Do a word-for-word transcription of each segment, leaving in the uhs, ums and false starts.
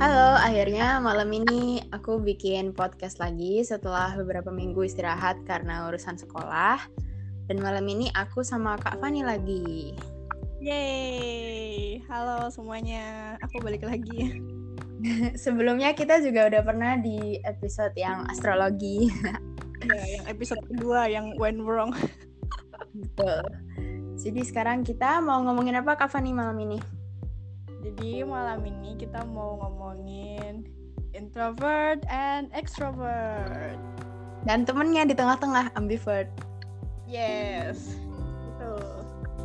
Halo, akhirnya malam ini aku bikin podcast lagi setelah beberapa minggu istirahat karena urusan sekolah. Dan malam ini aku sama Kak Fani lagi. Yeay, halo semuanya, aku balik lagi. Sebelumnya kita juga udah pernah di episode yang astrologi. Ya, yang episode kedua yang went wrong. Betul. Jadi sekarang kita mau ngomongin apa Kak Fani malam ini? Jadi malam ini kita mau ngomongin introvert and extrovert. Dan temennya di tengah-tengah, ambivert. Yes, betul.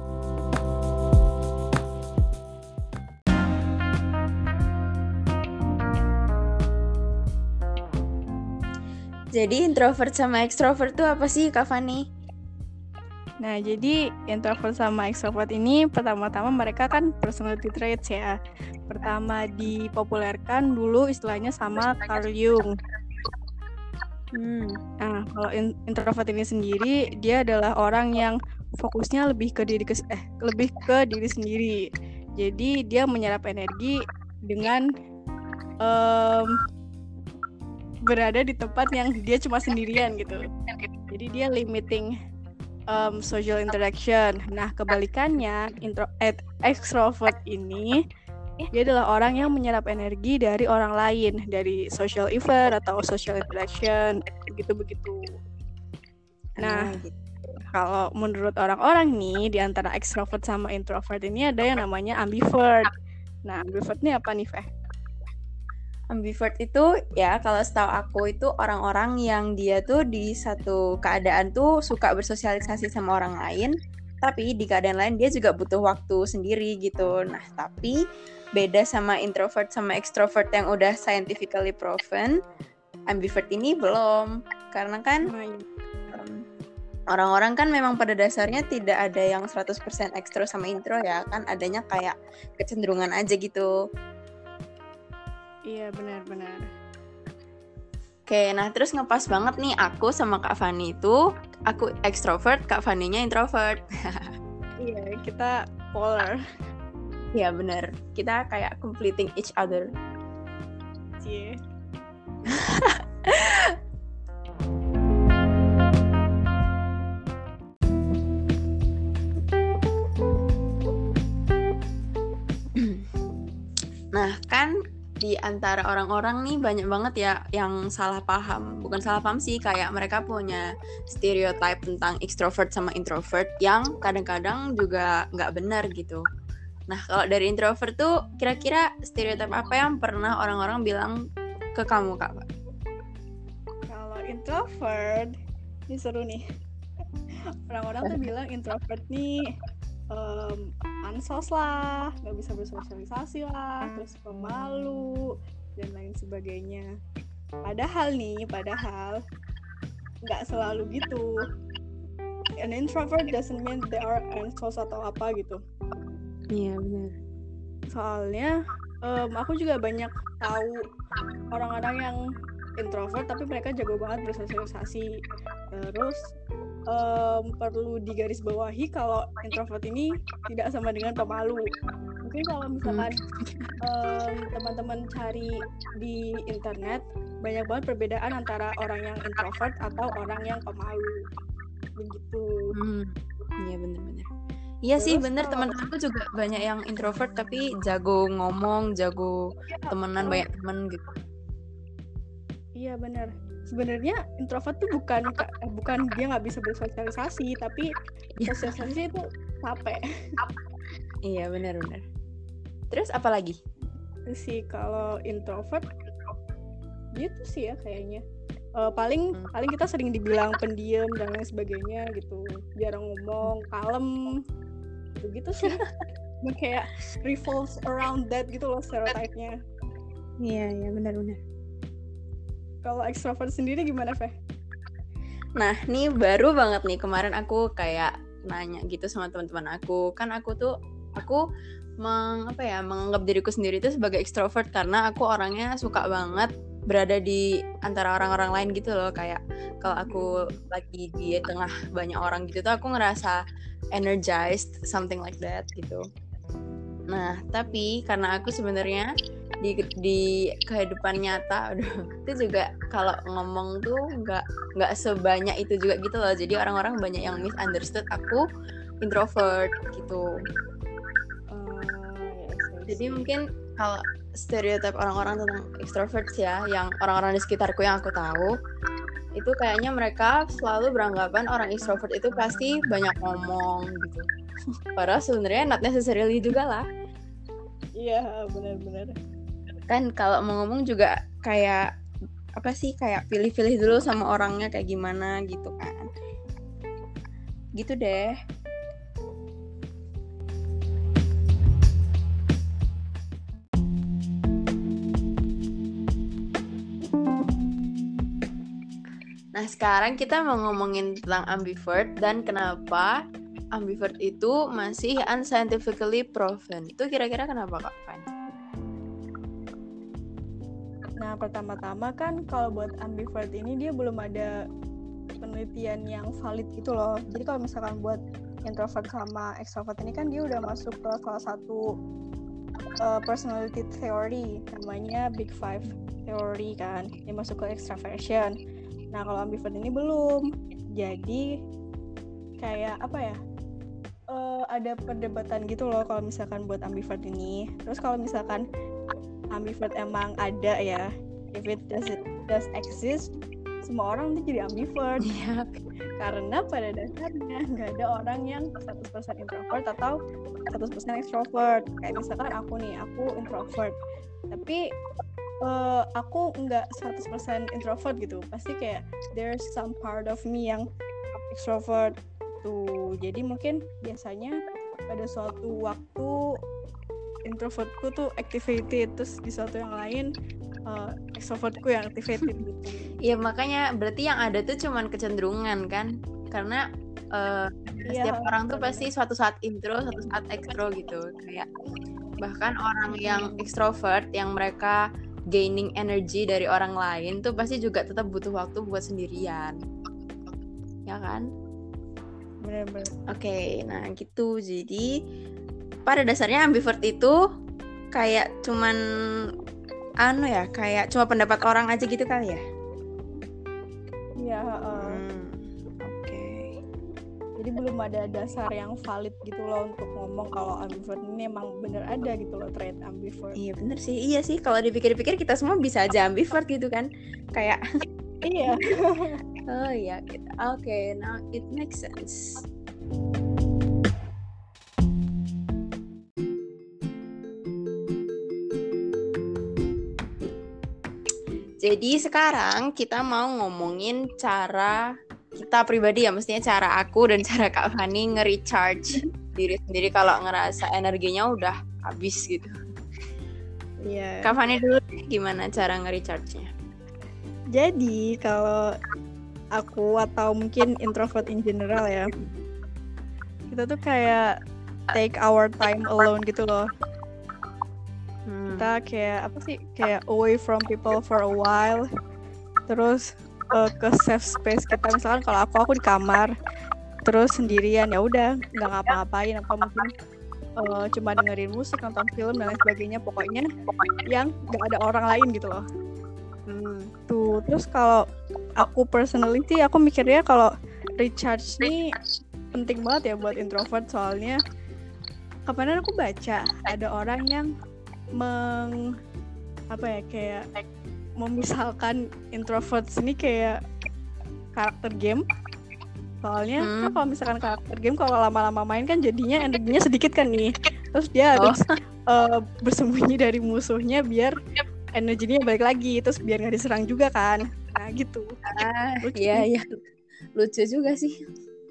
Jadi introvert sama extrovert tuh apa sih Kak Fani? Nah, jadi introvert sama extrovert ini pertama-tama mereka kan personality traits ya. Pertama dipopulerkan dulu istilahnya sama Carl Jung. Hmm. Nah, kalau in- introvert ini sendiri dia adalah orang yang fokusnya lebih ke diri ke eh lebih ke diri sendiri. Jadi dia menyerap energi dengan um, berada di tempat yang dia cuma sendirian gitu. Jadi dia limiting um, social interaction. Nah, kebalikannya intro eh, extrovert ini dia adalah orang yang menyerap energi dari orang lain, dari social event atau social interaction, begitu-begitu. Nah, gitu. Kalau menurut orang-orang nih, di antara extrovert sama introvert ini ada yang namanya ambivert. Nah, ambivert ini apa nih, Feh? Ambivert itu ya kalau setahu aku itu orang-orang yang dia tuh di satu keadaan tuh suka bersosialisasi sama orang lain, tapi di keadaan lain dia juga butuh waktu sendiri gitu. Nah, tapi beda sama introvert sama extrovert yang udah scientifically proven, ambivert ini belum. Karena kan um, orang-orang kan memang pada dasarnya tidak ada yang seratus persen ekstro sama intro ya, kan adanya kayak kecenderungan aja gitu. Iya, benar-benar. Oke, nah terus ngepas banget nih aku sama Kak Fani itu, aku ekstrovert, Kak Faninya introvert. Iya, kita polar. Iya benar, kita kayak completing each other. Cie. Nah kan di antara orang-orang nih banyak banget ya yang salah paham. Bukan salah paham sih, kayak mereka punya stereotype tentang extrovert sama introvert yang kadang-kadang juga nggak benar gitu. Nah kalau dari introvert tuh kira-kira stereotype apa yang pernah orang-orang bilang ke kamu Kak? Kalau introvert, ini seru nih. Orang-orang tuh bilang introvert nih Um, ansos lah, nggak bisa bersosialisasi lah, terus pemalu dan lain sebagainya. Padahal nih, padahal nggak selalu gitu. An introvert doesn't mean they are ansos atau apa gitu. Iya benar. Soalnya um, aku juga banyak tahu orang-orang yang introvert tapi mereka jago banget bersosialisasi. Terus Um, perlu digarisbawahi kalau introvert ini tidak sama dengan pemalu. Mungkin kalau misalkan um, teman-teman cari di internet, banyak banget perbedaan antara orang yang introvert atau orang yang pemalu. Begitu. Hmm, iya benar-benar. Iya sih benar, teman-temanku juga banyak yang introvert tapi jago ngomong, jago temenan, banyak teman gitu. Iya benar. Sebenarnya introvert tuh bukan eh, bukan dia nggak bisa bersosialisasi, tapi sosialisasi itu capek. Iya benar-benar. Terus apa lagi? Sih kalau introvert gitu sih ya kayaknya. Uh, paling hmm. paling kita sering dibilang pendiam dan lain sebagainya gitu, jarang ngomong, kalem, gitu-gitu sih. Kayak revolves around that gitu loh stereotype-nya. Iya iya benar-benar. Kalau extrovert sendiri gimana, Feh? Nah, nih baru banget nih kemarin aku kayak nanya gitu sama teman-teman aku. Kan aku tuh aku meng, apa ya, menganggap diriku sendiri itu sebagai extrovert karena aku orangnya suka banget berada di antara orang-orang lain gitu loh. Kayak kalau aku lagi di tengah banyak orang gitu tuh aku ngerasa energized, something like that gitu. Nah, tapi karena aku sebenarnya di di kehidupan nyata aduh, itu juga kalau ngomong tuh nggak nggak sebanyak itu juga gitu loh. Jadi orang-orang banyak yang misunderstood aku introvert gitu. Uh, yes, yes. Jadi mungkin kalau stereotip orang-orang tentang extrovert ya, yang orang-orang di sekitarku yang aku tahu, itu kayaknya mereka selalu beranggapan orang extrovert itu pasti banyak ngomong gitu. Padahal sebenarnya not necessarily juga lah. Iya, benar-benar. Kan kalau mau ngomong juga kayak apa sih, kayak pilih-pilih dulu sama orangnya kayak gimana gitu kan. Gitu deh. Nah, sekarang kita mau ngomongin tentang ambivert dan kenapa ambivert itu masih unscientifically proven. Itu kira-kira kenapa, Kak Fan? Nah, pertama-tama kan kalau buat ambivert ini dia belum ada penelitian yang valid gitu loh. Jadi kalau misalkan buat introvert sama extrovert ini kan dia udah masuk ke salah satu uh, personality theory, namanya Big Five theory kan. Dia masuk ke extraversion. Nah, kalau ambivert ini belum. Jadi kayak apa ya? Uh, ada perdebatan gitu loh kalau misalkan buat ambivert ini. Terus kalau misalkan ambivert emang ada ya, if it does it does exist, semua orang tuh jadi ambivert. Yeah. Karena pada dasarnya nggak ada orang yang seratus persen introvert atau seratus persen extrovert. Kayak misalkan aku nih, aku introvert. Tapi uh, aku nggak seratus persen introvert gitu. Pasti kayak there's some part of me yang extrovert tuh. Jadi mungkin biasanya pada suatu waktu introvertku tuh activated, terus di suatu yang lain uh, extrovertku yang activated gitu. Iya, makanya berarti yang ada tuh cuman kecenderungan kan, karena uh, Iya, setiap orang tuh bener. pasti suatu saat intro, suatu saat ekstro gitu. Kayak bahkan orang yang extrovert yang mereka gaining energy dari orang lain tuh pasti juga tetap butuh waktu buat sendirian, ya kan? Bener-bener. Oke, okay, nah gitu. Jadi pada dasarnya ambivert itu kayak cuman anu ya, kayak cuma pendapat orang aja gitu kali ya. Iya, uh, Hmm, oke. Okay. Jadi belum ada dasar yang valid gitu loh untuk ngomong kalau ambivert ini emang bener ada gitu loh trait ambivert. Iya bener sih, iya sih. Kalau dipikir-pikir kita semua bisa aja ambivert gitu kan, kayak. Iya. Oh iya, gitu. Oke, okay, now it makes sense. Jadi sekarang kita mau ngomongin cara kita pribadi ya, mestinya cara aku dan cara Kak Fani nge-recharge diri sendiri kalau ngerasa energinya udah habis gitu. Iya. Kak Fani dulu gimana cara nge-recharge-nya? Jadi kalau aku atau mungkin introvert in general ya, kita tuh kayak take our time alone gitu loh. Hmm. Kita kayak apa sih, kayak away from people for a while, terus uh, ke safe space kita. Misalkan kalau aku aku di kamar terus sendirian, ya udah nggak ngapa-ngapain, apa mungkin uh, cuma dengerin musik, nonton film dan lain sebagainya, pokoknya yang nggak ada orang lain gitu loh. Hmm. Tuh, terus kalau aku personally sih aku mikirnya kalau recharge ini penting banget ya buat introvert, soalnya kemarin aku baca ada orang yang meng apa ya kayak memisalkan introvert ini kayak karakter game. Soalnya hmm. kan kalau misalkan karakter game kalau lama-lama main kan jadinya energinya sedikit kan nih. Terus dia oh. harus uh, bersembunyi dari musuhnya biar energinya balik lagi, terus biar nggak diserang juga kan. Nah gitu. Ah, iya iya. Lucu juga sih.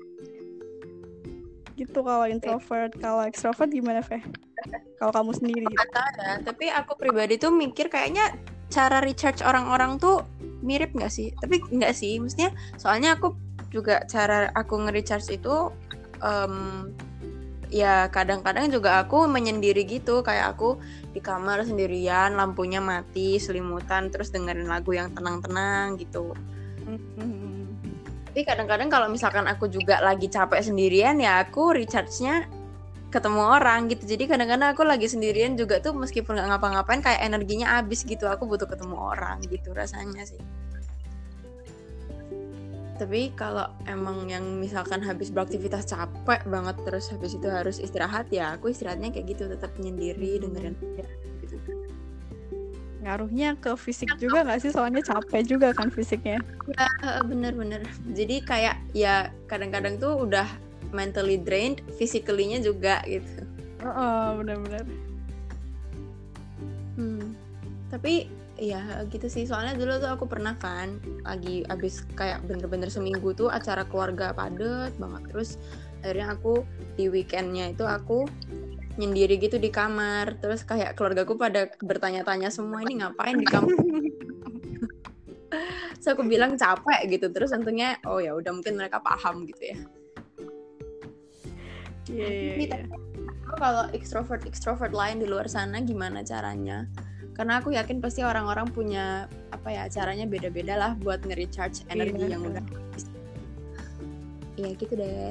Gitu kalau introvert. Kalau extrovert gimana, Feh? Kalau kamu sendiri gitu. Atau ya, tapi aku pribadi tuh mikir kayaknya cara recharge orang-orang tuh mirip nggak sih? Tapi nggak sih, maksudnya soalnya aku juga cara aku nge-recharge itu um, ya kadang-kadang juga aku menyendiri gitu, kayak aku di kamar sendirian, lampunya mati, selimutan, terus dengerin lagu yang tenang-tenang gitu. Mm-hmm. Tapi kadang-kadang kalau misalkan aku juga lagi capek sendirian, ya aku recharge-nya ketemu orang gitu. Jadi kadang-kadang aku lagi sendirian juga tuh meskipun nggak ngapa-ngapain kayak energinya habis gitu. Aku butuh ketemu orang gitu rasanya sih. Tapi kalau emang yang misalkan habis beraktivitas capek banget terus habis itu harus istirahat, ya aku istirahatnya kayak gitu, tetap menyendiri dengerin gitu. Ngaruhnya ke fisik juga nggak sih? Soalnya capek juga kan fisiknya. Ya bener-bener. Jadi kayak ya kadang-kadang tuh udah mentally drained, physically-nya juga gitu. Oh, oh benar-benar. Hmm. Tapi ya gitu sih, soalnya dulu tuh aku pernah kan lagi abis kayak bener-bener seminggu tuh acara keluarga padet banget. Terus akhirnya aku di weekendnya itu aku nyendiri gitu di kamar. Terus kayak keluargaku pada bertanya-tanya semua, ini ngapain di kamar? So aku bilang capek gitu. Terus untungnya oh ya udah mungkin mereka paham gitu ya. Iya, yeah, yeah. Kalau extrovert extrovert lain di luar sana gimana caranya? Karena aku yakin pasti orang-orang punya apa ya caranya beda-beda lah buat nge-recharge energi yeah. yang udah. Iya gitu deh.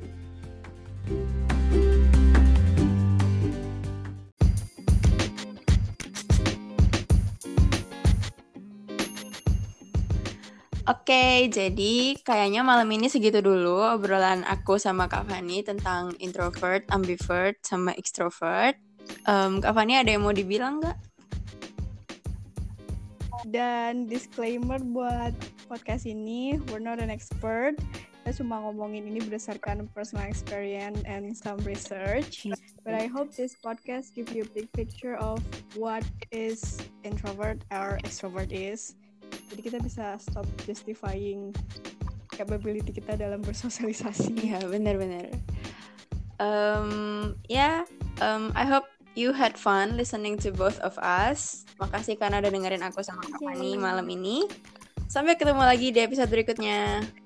Oke, jadi kayaknya malam ini segitu dulu obrolan aku sama Kak Fani tentang introvert, ambivert, sama extrovert. Um, Kak Fani ada yang mau dibilang nggak? Dan disclaimer buat podcast ini, we're not an expert. Kita cuma ngomongin ini berdasarkan personal experience and some research. But I hope this podcast give you a big picture of what is introvert or extrovert is. Jadi kita bisa stop justifying capability kita dalam bersosialisasi. Iya, benar-benar. Um, ya, yeah, um, I hope you had fun listening to both of us. Makasih karena udah dengerin aku sama Kak Fani malam ini. Sampai ketemu lagi di episode berikutnya.